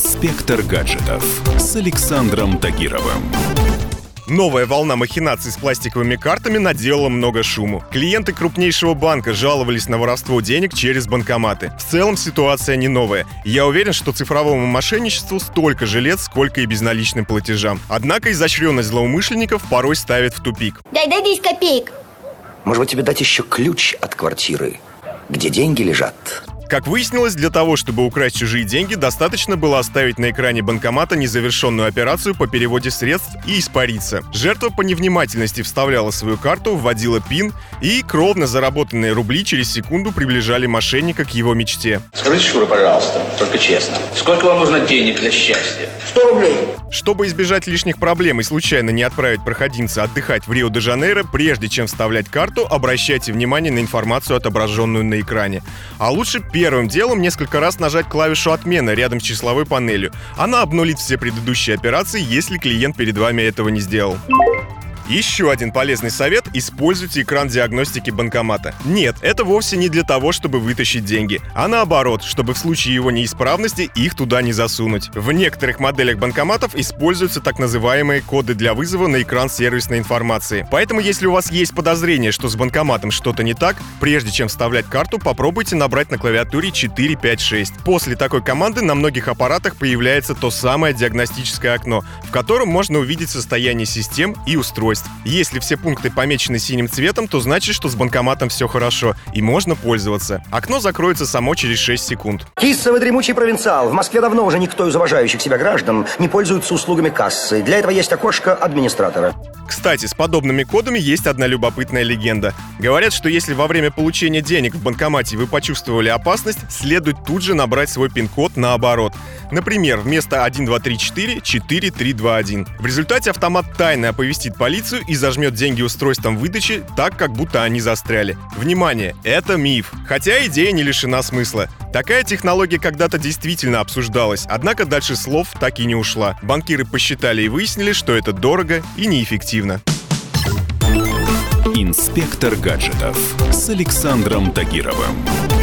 Инспектор гаджетов с Александром Тагировым. Новая волна махинаций с пластиковыми картами наделала много шуму. Клиенты крупнейшего банка жаловались на воровство денег через банкоматы. В целом ситуация не новая. Я уверен, что цифровому мошенничеству столько же лет, сколько и безналичным платежам. Однако изощренность злоумышленников порой ставит в тупик. Дай 10 копеек. Может быть, тебе дать еще ключ от квартиры, где деньги лежат? Как выяснилось, для того, чтобы украсть чужие деньги, достаточно было оставить на экране банкомата незавершенную операцию по переводе средств и испариться. Жертва по невнимательности вставляла свою карту, вводила ПИН, и кровно заработанные рубли через секунду приближали мошенника к его мечте. Скажите, Шура, пожалуйста, только честно, сколько вам нужно денег для счастья? 100 рублей. Чтобы избежать лишних проблем и случайно не отправить проходимца отдыхать в Рио-де-Жанейро, прежде чем вставлять карту, обращайте внимание на информацию, отображенную на экране. А лучше первым делом несколько раз нажать клавишу «Отмена» рядом с числовой панелью. Она обнулит все предыдущие операции, если клиент перед вами этого не сделал. Еще один полезный совет – используйте экран диагностики банкомата. Нет, это вовсе не для того, чтобы вытащить деньги, а наоборот, чтобы в случае его неисправности их туда не засунуть. В некоторых моделях банкоматов используются так называемые коды для вызова на экран сервисной информации. Поэтому, если у вас есть подозрение, что с банкоматом что-то не так, прежде чем вставлять карту, попробуйте набрать на клавиатуре 456. После такой команды на многих аппаратах появляется то самое диагностическое окно, в котором можно увидеть состояние систем и устройств. Если все пункты помечены синим цветом, то значит, что с банкоматом все хорошо и можно пользоваться. Окно закроется само через 6 секунд. Киссовый дремучий провинциал. В Москве давно уже никто из уважающих себя граждан не пользуется услугами кассы. Для этого есть окошко администратора. Кстати, с подобными кодами есть одна любопытная легенда. Говорят, что если во время получения денег в банкомате вы почувствовали опасность, следует тут же набрать свой пин-код наоборот. Например, вместо 1234 – 4321. В результате автомат тайно оповестит полицию и зажмет деньги устройством выдачи так, как будто они застряли. Внимание, это миф. Хотя идея не лишена смысла. Такая технология когда-то действительно обсуждалась, однако дальше слов так и не ушла. Банкиры посчитали и выяснили, что это дорого и неэффективно. Инспектор гаджетов с Александром Тагировым.